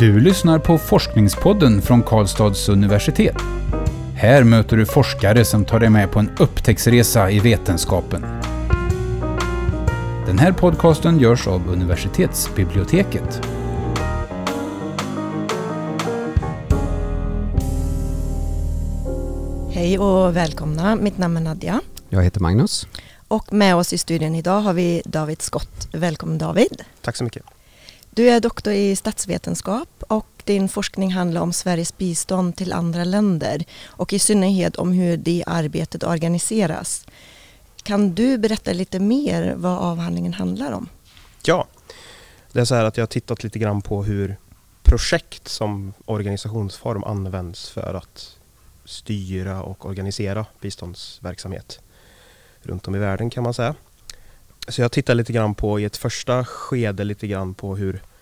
Du lyssnar på Forskningspodden från Karlstads universitet. Här möter du forskare som tar dig med på en upptäcktsresa i vetenskapen. Den här podcasten görs av universitetsbiblioteket. Hej och välkomna, mitt namn är Nadja. Jag heter Magnus. Och med oss i studion idag har vi David Skott. Välkommen David. Tack så mycket. Du är doktor i statsvetenskap och din forskning handlar om Sveriges bistånd till andra länder och i synnerhet om hur det arbetet organiseras. Kan du berätta lite mer vad avhandlingen handlar om? Ja, det är så här att jag har tittat lite grann på hur projekt som organisationsform används för att styra och organisera biståndsverksamhet runt om i världen kan man säga. Så jag tittar lite grann på i ett första skede lite grann på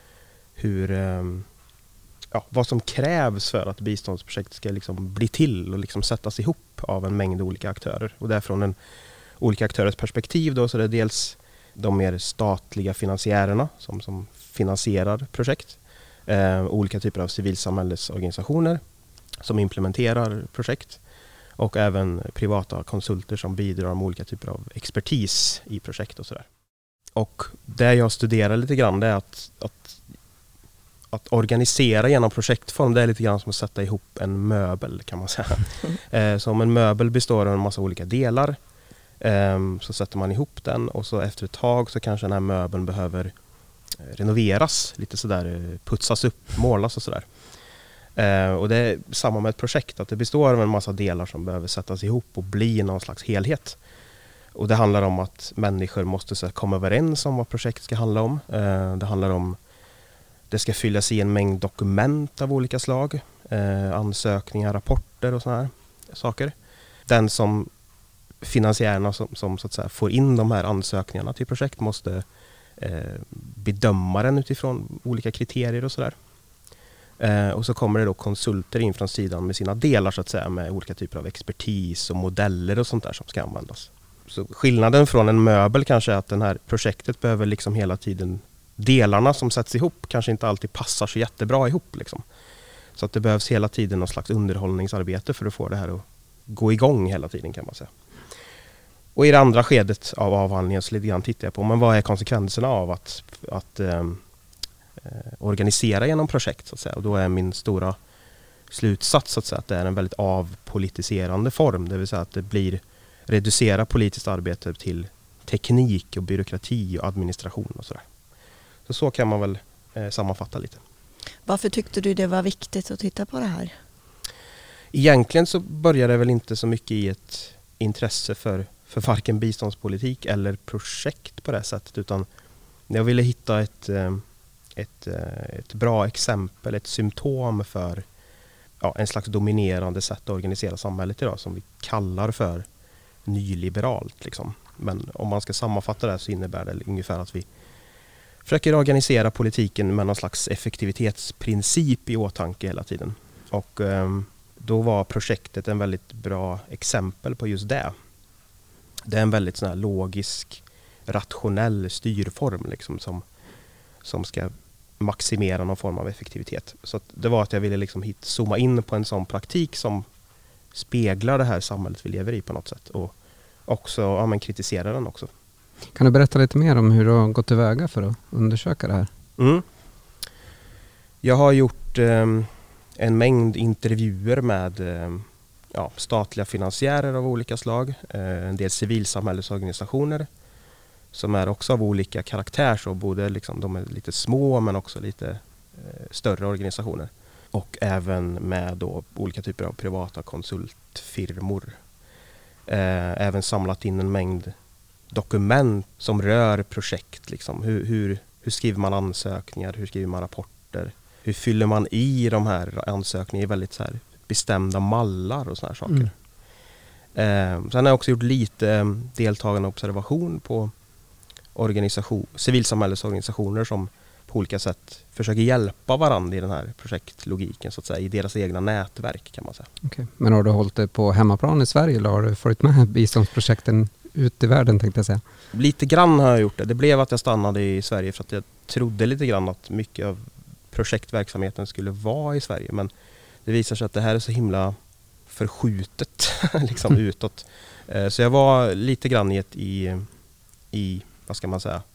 vad som krävs för att biståndsprojekt ska liksom bli till och liksom sättas ihop av en mängd olika aktörer. Och därifrån olika aktörers perspektiv då, så det är dels de mer statliga finansiärerna som finansierar projekt. Olika typer av civilsamhällesorganisationer som implementerar projekt. Och även privata konsulter som bidrar med olika typer av expertis i projekt och sådär. Och det jag studerar lite grann det är att organisera genom projektform, det är lite grann som att sätta ihop en möbel kan man säga. Så om en möbel består av en massa olika delar så sätter man ihop den och så efter ett tag så kanske den här möbeln behöver renoveras, lite sådär, putsas upp, målas och sådär. Och det är samma med ett projekt, att det består av en massa delar som behöver sättas ihop och bli någon slags helhet. Och det handlar om att människor måste komma överens om vad projekt ska handla om. Det handlar om det ska fyllas i en mängd dokument av olika slag, ansökningar, rapporter och såna här saker. Den som finansiärerna som så att säga får in de här ansökningarna till projekt måste bedöma den utifrån olika kriterier och sådär. Och så kommer det då konsulter in från sidan med sina delar så att säga, med olika typer av expertis och modeller och sånt där som ska användas. Så skillnaden från en möbel kanske är att det här projektet behöver liksom hela tiden, delarna som sätts ihop kanske inte alltid passar så jättebra ihop liksom. Så att det behövs hela tiden någon slags underhållningsarbete för att få det här att gå igång hela tiden kan man säga. Och i det andra skedet av avhandlingen så lite grann tittar jag på men vad är konsekvenserna av att organisera genom projekt så att säga. Och då är min stora slutsats så att säga, att det är en väldigt avpolitiserande form, det vill säga att det blir reducera politiskt arbete till teknik och byråkrati och administration och sådär. Så kan man väl sammanfatta lite. Varför tyckte du det var viktigt att titta på det här? Egentligen så började det väl inte så mycket i ett intresse för varken biståndspolitik eller projekt på det sättet, utan jag ville hitta ett bra exempel, ett symptom för en slags dominerande sätt att organisera samhället idag som vi kallar för nyliberalt. Liksom. Men om man ska sammanfatta det så innebär det ungefär att vi försöker organisera politiken med någon slags effektivitetsprincip i åtanke hela tiden. Och då var projektet en väldigt bra exempel på just det. Det är en väldigt sån här logisk, rationell styrform liksom, som ska maximera någon form av effektivitet. Så att det var att jag ville liksom zooma in på en sån praktik som speglar det här samhället vi lever i på något sätt. Och också kritisera den också. Kan du berätta lite mer om hur du har gått tillväga för att undersöka det här? Jag har gjort en mängd intervjuer med statliga finansiärer av olika slag. En del civilsamhällesorganisationer som är också av olika karaktär, så både liksom, de är lite små men också lite större organisationer. Och även med då olika typer av privata konsultfirmor. Även samlat in en mängd dokument som rör projekt. Liksom. Hur skriver man ansökningar? Hur skriver man rapporter? Hur fyller man i de här ansökningarna i väldigt så här bestämda mallar och såna här saker. Sen har jag också gjort lite deltagande observation på civilsamhällesorganisationer som på olika sätt försöker hjälpa varandra i den här projektlogiken så att säga, i deras egna nätverk kan man säga. Okay. Men har du hållit det på hemmaplan i Sverige eller har du följt med biståndsprojekten ut i världen tänkte jag säga? Lite grann har jag gjort det. Det blev att jag stannade i Sverige för att jag trodde lite grann att mycket av projektverksamheten skulle vara i Sverige. Men det visar sig att det här är så himla förskjutet liksom utåt. Så jag var lite grann i vad ska man säga,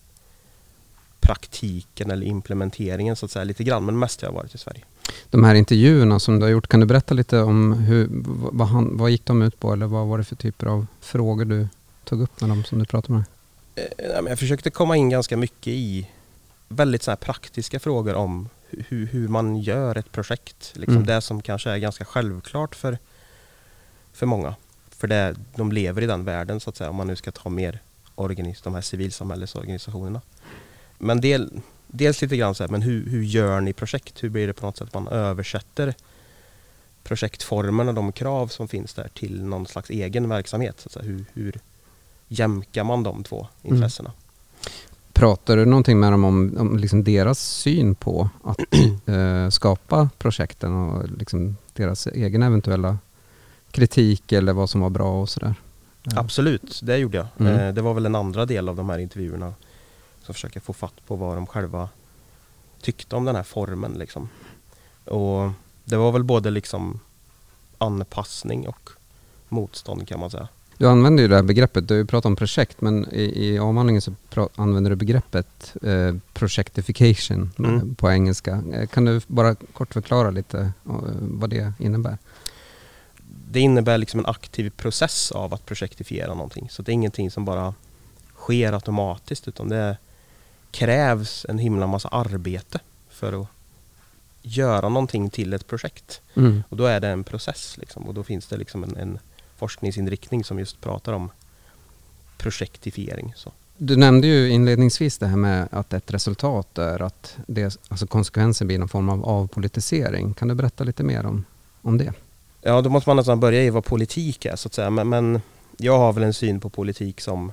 praktiken eller implementeringen så att säga, lite grann, men mest har jag varit i Sverige. De här intervjuerna som du har gjort, kan du berätta lite om vad gick de ut på, eller vad var det för typer av frågor du tog upp med dem som du pratade med? Jag försökte komma in ganska mycket i väldigt så här praktiska frågor om hur man gör ett projekt. Liksom det som kanske är ganska självklart för många. För de lever i den världen så att säga, om man nu ska ta mer de här civilsamhällesorganisationerna. Men dels lite grann så här, men hur gör ni projekt? Hur blir det på något sätt man översätter projektformen och de krav som finns där till någon slags egen verksamhet? Så att säga. Hur jämkar man de två intressena? Pratar du någonting med dem om liksom deras syn på att skapa projekten och liksom deras egen eventuella kritik eller vad som var bra och sådär? Absolut, det gjorde jag. Det var väl en andra del av de här intervjuerna som försöker få fatt på vad de själva tyckte om den här formen. Liksom. Och det var väl både liksom anpassning och motstånd kan man säga. Du använder ju det här begreppet, du har ju pratat om projekt, men i avhandlingen så använder du begreppet projectification på engelska. Kan du bara kort förklara lite vad det innebär? Det innebär liksom en aktiv process av att projektifiera någonting. Så det är ingenting som bara sker automatiskt, utan det krävs en himla massa arbete för att göra någonting till ett projekt. Och då är det en process liksom, och då finns det liksom en forskningsinriktning som just pratar om projektifiering. Så. Du nämnde ju inledningsvis det här med att ett resultat är att alltså konsekvensen blir någon form av avpolitisering. Kan du berätta lite mer om det? Ja, då måste man nästan börja i vad politik är så att säga. Men jag har väl en syn på politik som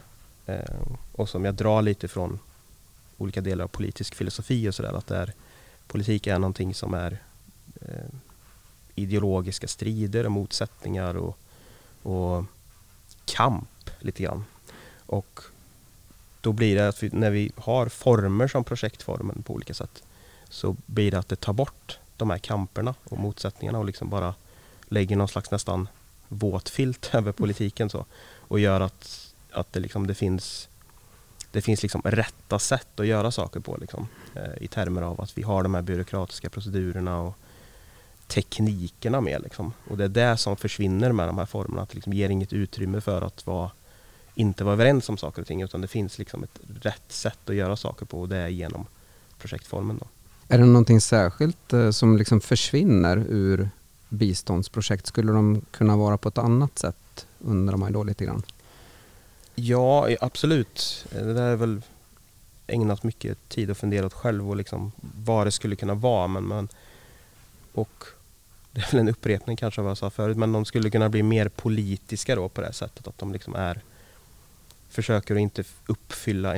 jag drar lite från olika delar av politisk filosofi och sådär. Att politik är någonting som är ideologiska strider och motsättningar och kamp lite grann. Och då blir det att när vi har former som projektformen på olika sätt, så blir det att det tar bort de här kamperna och motsättningarna och liksom bara lägger någon slags nästan våt filt över politiken så, och gör att det finns liksom rätta sätt att göra saker på liksom, i termer av att vi har de här byråkratiska procedurerna och teknikerna med liksom. Och det är det som försvinner med de här formerna, att det liksom ger inget utrymme för att inte vara överens om saker och ting, utan det finns liksom ett rätt sätt att göra saker på, och det är genom projektformen då. Är det någonting särskilt som liksom försvinner ur biståndsprojekt? Skulle de kunna vara på ett annat sätt, undrar man då lite grann? Ja, absolut. Det där är väl ägnat mycket tid att fundera åt själv och liksom vad det skulle kunna vara. Och det är väl en upprepning kanske av vad jag sa förut, men de skulle kunna bli mer politiska då på det här sättet, att de liksom försöker att inte uppfylla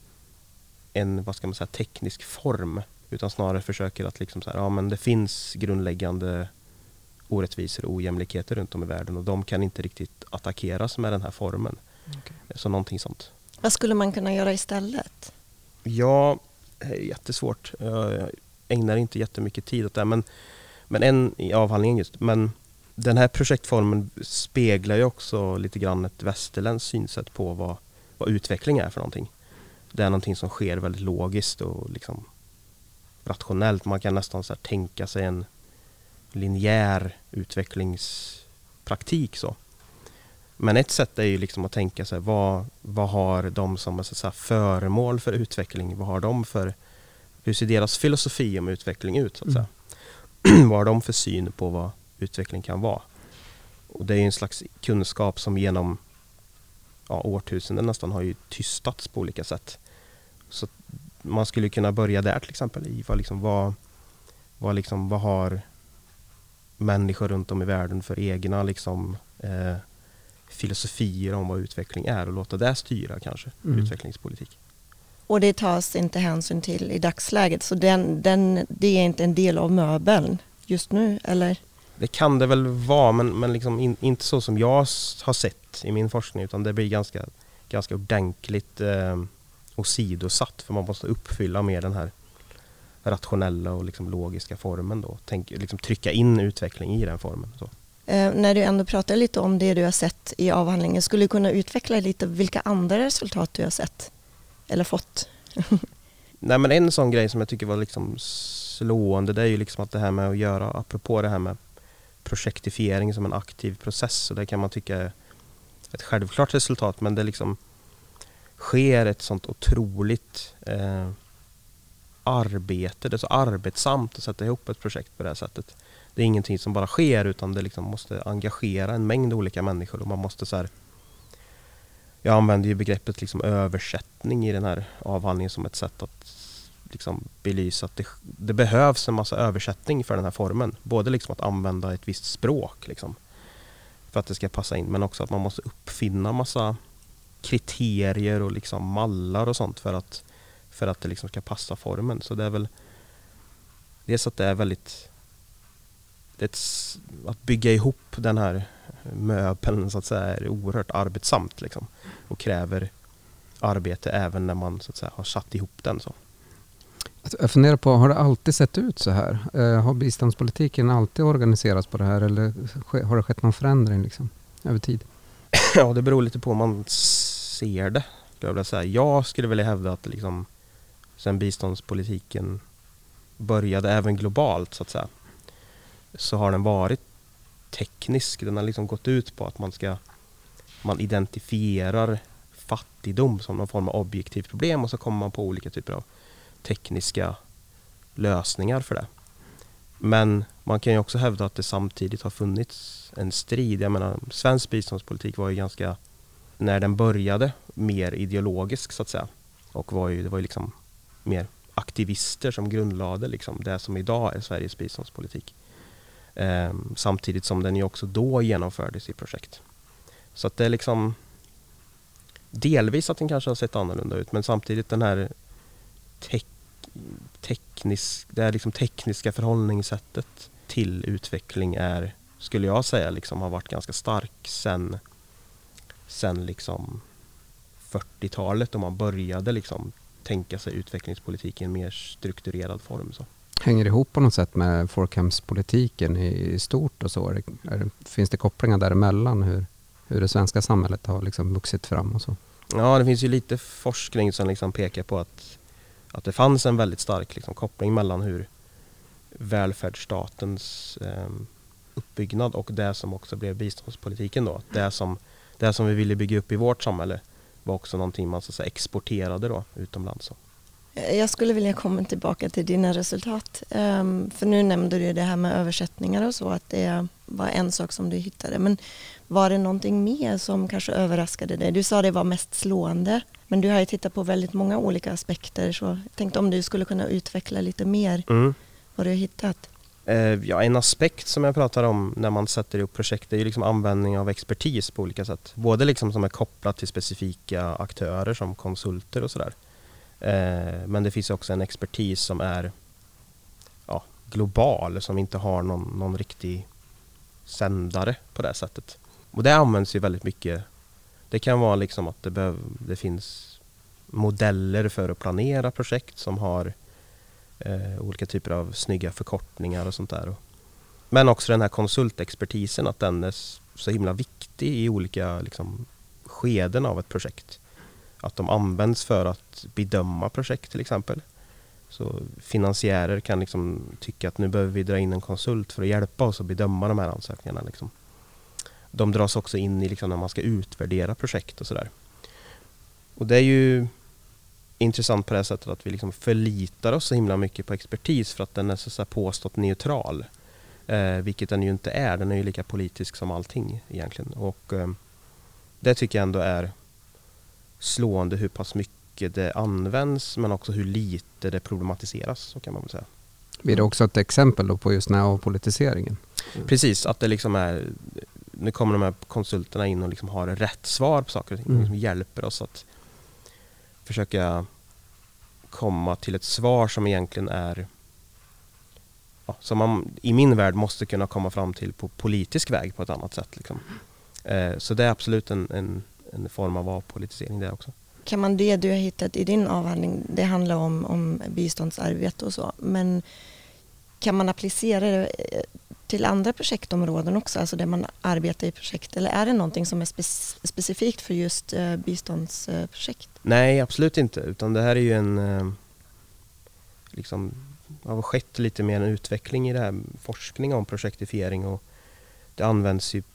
en vad ska man säga, teknisk form, utan snarare försöker att liksom så här, ja, men det finns grundläggande orättvisor och ojämlikheter runt om i världen, och de kan inte riktigt attackeras med den här formen. Okay. Så någonting sånt. Vad skulle man kunna göra istället? Ja, det är jättesvårt. Jag ägnar inte jättemycket tid åt det, men en i avhandlingen just. Men den här projektformen speglar ju också lite grann ett västerländskt synsätt på vad utveckling är för någonting. Det är någonting som sker väldigt logiskt och liksom rationellt. Man kan nästan så här tänka sig en linjär utvecklingspraktik så. Men ett sätt är ju liksom att tänka sig vad har de som är så här föremål för utveckling, hur ser deras filosofi om utveckling ut så att säga. Vad har de för syn på vad utveckling kan vara? Och det är en slags kunskap som genom årtusenden nästan har ju tystats på olika sätt. Så man skulle kunna börja där till exempel i vad har människor runt om i världen för egna liksom, filosofier om vad utveckling är, och låta det styra kanske utvecklingspolitik. Och det tas inte hänsyn till i dagsläget, så det är inte en del av möbeln just nu, eller? Det kan det väl vara, men liksom inte så som jag har sett i min forskning, utan det blir ganska ordentligt åsidosatt, för man måste uppfylla med den här rationella och liksom logiska formen då. Liksom trycka in utveckling i den formen. Så. När du ändå pratar lite om det du har sett i avhandlingen, skulle du kunna utveckla lite vilka andra resultat du har sett eller fått? Nej, men en sån grej som jag tycker var liksom slående, det är ju liksom att det här med att göra, apropå det här med projektifiering som en aktiv process, och det kan man tycka är ett självklart resultat, men det liksom sker ett sånt otroligt arbete. Det är så arbetsamt att sätta ihop ett projekt på det här sättet. Det är ingenting som bara sker, utan det liksom måste engagera en mängd olika människor, och man måste så här, jag använder ju begreppet liksom översättning i den här avhandlingen som ett sätt att liksom belysa att det behövs en massa översättning för den här formen. Både liksom att använda ett visst språk liksom, för att det ska passa in, men också att man måste uppfinna massa kriterier och liksom mallar och sånt för att det liksom ska passa formen. Så det är väl dels att det är väldigt att bygga ihop den här möbeln så att säga är oerhört arbetsamt liksom, och kräver arbete även när man så att säga har satt ihop den så. Jag funderar på, har det alltid sett ut så här? Har biståndspolitiken alltid organiserats på det här, eller har det skett någon förändring liksom, över tid? Ja, det beror lite på om man ser det. Jag skulle vilja hävda att liksom, sen biståndspolitiken började även globalt så att säga, så har den varit teknisk. Den har liksom gått ut på att man identifierar fattigdom som någon form av objektivt problem, och så kommer man på olika typer av tekniska lösningar för det. Men man kan ju också hävda att det samtidigt har funnits en strid. Jag menar, svensk biståndspolitik var ju ganska, när den började, mer ideologisk så att säga. Och det var ju liksom mer aktivister som grundlade liksom det som idag är Sveriges biståndspolitik. Samtidigt som den ju också då genomfördes i projekt. Så att det är liksom delvis att den kanske har sett annorlunda ut, men samtidigt den här tekniska förhållningssättet till utveckling är, skulle jag säga, liksom har varit ganska stark sen liksom 40-talet, då man började liksom tänka sig utvecklingspolitik i en mer strukturerad form så. Hänger det ihop på något sätt med folkhemspolitiken i stort och så? Finns det kopplingar däremellan hur det svenska samhället har liksom vuxit fram och så? Ja, det finns ju lite forskning som liksom pekar på att det fanns en väldigt stark liksom koppling mellan hur välfärdsstatens uppbyggnad och det som också blev biståndspolitiken då. Det som vi ville bygga upp i vårt samhälle var också någonting man så att säga exporterade då utomlands. Så. Jag skulle vilja komma tillbaka till dina resultat. För nu nämnde du det här med översättningar och så, att det var en sak som du hittade. Men var det någonting mer som kanske överraskade dig? Du sa det var mest slående, men du har ju tittat på väldigt många olika aspekter. Så jag tänkte om du skulle kunna utveckla lite mer vad du har hittat. Ja, en aspekt som jag pratar om när man sätter ihop projekt är ju liksom användning av expertis på olika sätt. Både liksom som är kopplat till specifika aktörer som konsulter och sådär. Men det finns också en expertis som är global, som inte har någon riktig sändare på det sättet. Och det används ju väldigt mycket. Det kan vara liksom att det finns modeller för att planera projekt som har olika typer av snygga förkortningar och sånt där. Men också den här konsultexpertisen, att den är så himla viktig i olika liksom skeden av ett projekt. Att de används för att bedöma projekt till exempel. Så finansiärer kan liksom tycka att nu behöver vi dra in en konsult för att hjälpa oss att bedöma de här ansökningarna. Liksom. De dras också in i liksom när man ska utvärdera projekt och sådär. Och det är ju intressant på det sättet att vi liksom förlitar oss så himla mycket på expertis för att den är så påstått neutral. Vilket den ju inte är. Den är ju lika politisk som allting egentligen. Och det tycker jag ändå är slående hur pass mycket det används, men också hur lite det problematiseras, så kan man väl säga. Blir det också ett exempel då på just den här avpolitiseringen? Precis, att det liksom är, nu kommer de här konsulterna in och liksom har rätt svar på saker och ting. Liksom hjälper oss att försöka komma till ett svar som egentligen är som man i min värld måste kunna komma fram till på politisk väg på ett annat sätt. Liksom. Så det är absolut en form av avpolitisering det också. kan man det du har hittat i din avhandling, det handlar om biståndsarbete och så, men kan man applicera det till andra projektområden också, alltså där man arbetar i projekt, eller är det någonting som är specifikt för just biståndsprojekt? Nej, absolut inte, utan det här är ju en liksom, det har skett lite mer en utveckling i det här, forskning om projektifiering, och det används ju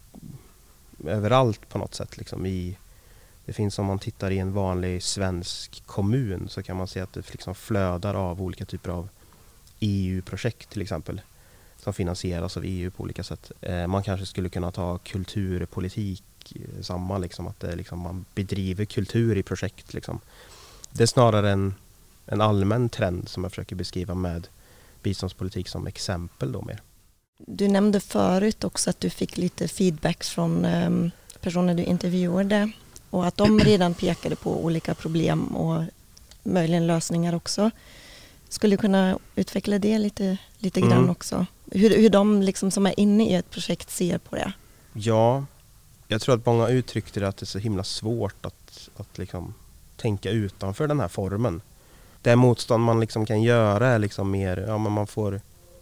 överallt på något sätt liksom. Det finns, om man tittar i en vanlig svensk kommun, så kan man se att det liksom flödar av olika typer av EU-projekt till exempel, som finansieras av EU på olika sätt. Man kanske skulle kunna ta kulturpolitik, samma liksom, att det liksom, man bedriver kultur i projekt liksom. Det är snarare en allmän trend som jag försöker beskriva med biståndspolitik som exempel då mer. Du nämnde förut också att du fick lite feedback från personer du intervjuade, och att de redan pekade på olika problem och möjligen lösningar också. Skulle du kunna utveckla det lite grann också? Hur de liksom som är inne i ett projekt ser på det? Ja, jag tror att många uttryckte det, att det är så himla svårt att liksom tänka utanför den här formen. Det motstånd man liksom kan göra är liksom mer, ja, men man får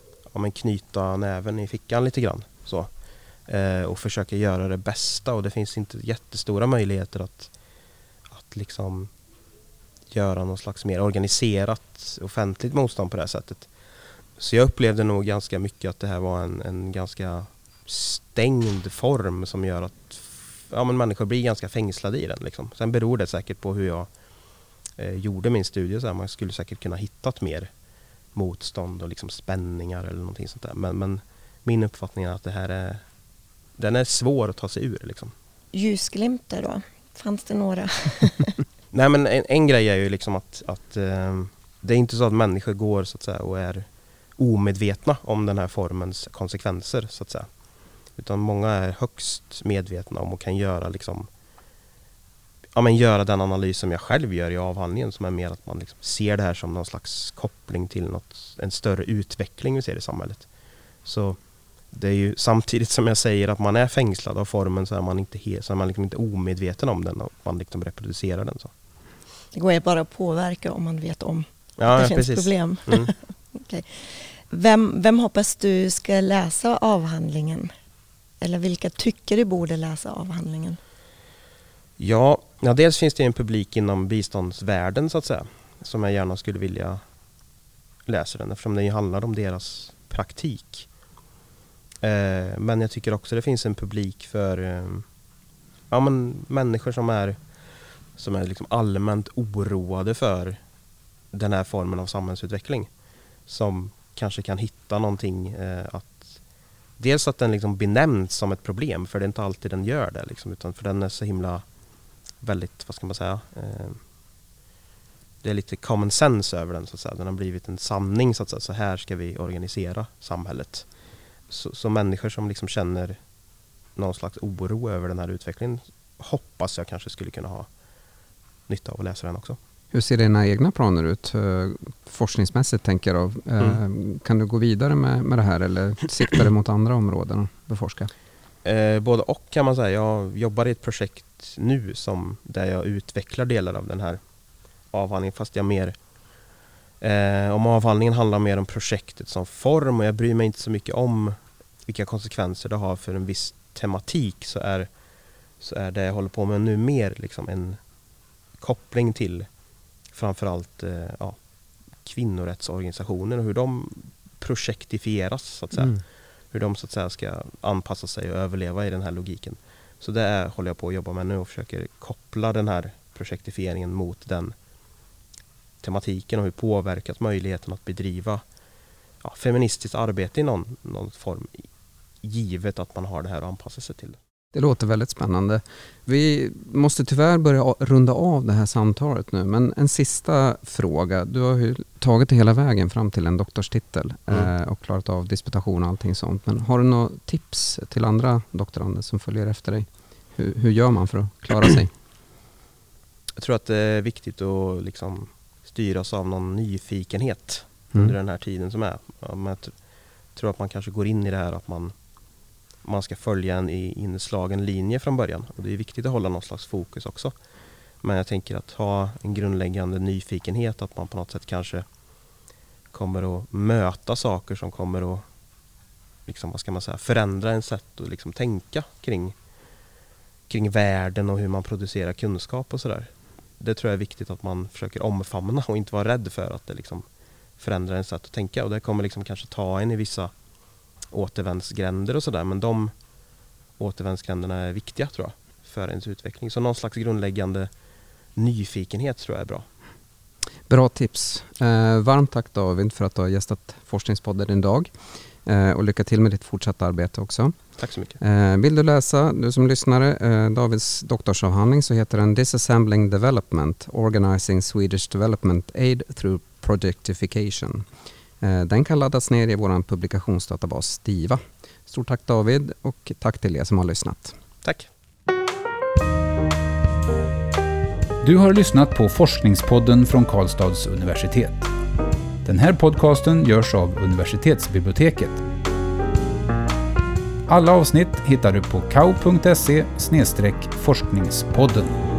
knyta näven i fickan lite grann så, och försöka göra det bästa, och det finns inte jättestora möjligheter att liksom göra någon slags mer organiserat offentligt motstånd på det här sättet. Så jag upplevde nog ganska mycket att det här var en ganska stängd form som gör att människor blir ganska fängslade i den liksom. Sen beror det säkert på hur jag gjorde min studie, så här, man skulle säkert kunna hittat mer motstånd och liksom spänningar eller någonting sånt där. Men min uppfattning är att den är svår att ta sig ur liksom. Ljusglimtar då? Fanns det några? Nej, men en grej är ju liksom att det är inte så att människor går så att säga och är omedvetna om den här formens konsekvenser så att säga. Utan många är högst medvetna om och kan göra liksom, göra den analys som jag själv gör i avhandlingen, som är mer att man liksom ser det här som någon slags koppling till en större utveckling vi ser i samhället. Så det är ju samtidigt som jag säger att man är fängslad av formen, så är man liksom inte omedveten om den, och man liksom reproducerar den så. Det går ju bara att påverka om man vet om att det finns problem. Mm. Okay. Vem hoppas du ska läsa avhandlingen? Eller vilka tycker du borde läsa avhandlingen? Ja, dels finns det en publik inom biståndsvärlden så att säga, som jag gärna skulle vilja läsa den, eftersom det handlar om deras praktik. Men jag tycker också det finns en publik för människor som är liksom allmänt oroade för den här formen av samhällsutveckling, som kanske kan hitta någonting, dels att den liksom benämns som ett problem, för det är inte alltid den gör det liksom, utan för den är så himla väldigt, vad ska man säga, det är lite common sense över den så att säga. Den har blivit en sanning så att säga, så här ska vi organisera samhället. Så människor som liksom känner någon slags oro över den här utvecklingen, hoppas jag kanske skulle kunna ha nytta av att läsa den också. Hur ser dina egna planer ut? Forskningsmässigt tänker jag. Kan du gå vidare med det här, eller siktar du mot andra områden och beforska? Både och kan man säga. Jag jobbar i ett projekt nu där jag utvecklar delar av den här avhandlingen, fast jag mer om avhandlingen handlar mer om projektet som form, och jag bryr mig inte så mycket om vilka konsekvenser det har för en viss tematik, så är det jag håller på med nu mer liksom en koppling till framförallt kvinnorättsorganisationer och hur de projektifieras så att säga. Hur de så att säga ska anpassa sig och överleva i den här logiken. Så det håller jag på att jobba med nu och försöker koppla den här projektifieringen mot den tematiken, och hur påverkat möjligheten att bedriva feministiskt arbete i någon form, givet att man har det här att anpassa sig till. Det låter väldigt spännande. Vi måste tyvärr börja runda av det här samtalet nu, men en sista fråga. Du har ju tagit det hela vägen fram till en doktorstitel och klarat av disputation och allting sånt. Men har du några tips till andra doktorander som följer efter dig? Hur gör man för att klara sig? Jag tror att det är viktigt att liksom styras av någon nyfikenhet under den här tiden som är. Jag tror att man kanske går in i det här att man ska följa en inslagen linje från början. Och det är viktigt att hålla någon slags fokus också. Men jag tänker att ha en grundläggande nyfikenhet, att man på något sätt kanske kommer att möta saker som kommer att liksom, vad ska man säga, förändra en sätt att liksom tänka kring världen och hur man producerar kunskap och sådär. Det tror jag är viktigt att man försöker omfamna och inte vara rädd för att det liksom förändrar en sätt att tänka. Och det kommer liksom kanske ta en i vissa återvändsgränder och sådär. Men de återvändsgränderna är viktiga tror jag för ens utveckling. Så någon slags grundläggande nyfikenhet tror jag är bra. Bra tips. Varmt tack David för att du har gästat Forskningspodden idag. Och lycka till med ditt fortsatta arbete också. Tack så mycket. Vill du läsa, du som lyssnare, Davids doktorsavhandling, så heter den Disassembling Development, Organizing Swedish Development Aid Through Projectification. Den kan laddas ner i vår publikationsdatabas Stiva. Stort tack David och tack till er som har lyssnat. Tack. Du har lyssnat på Forskningspodden från Karlstads universitet. Den här podcasten görs av universitetsbiblioteket. Alla avsnitt hittar du på kau.se/forskningspodden.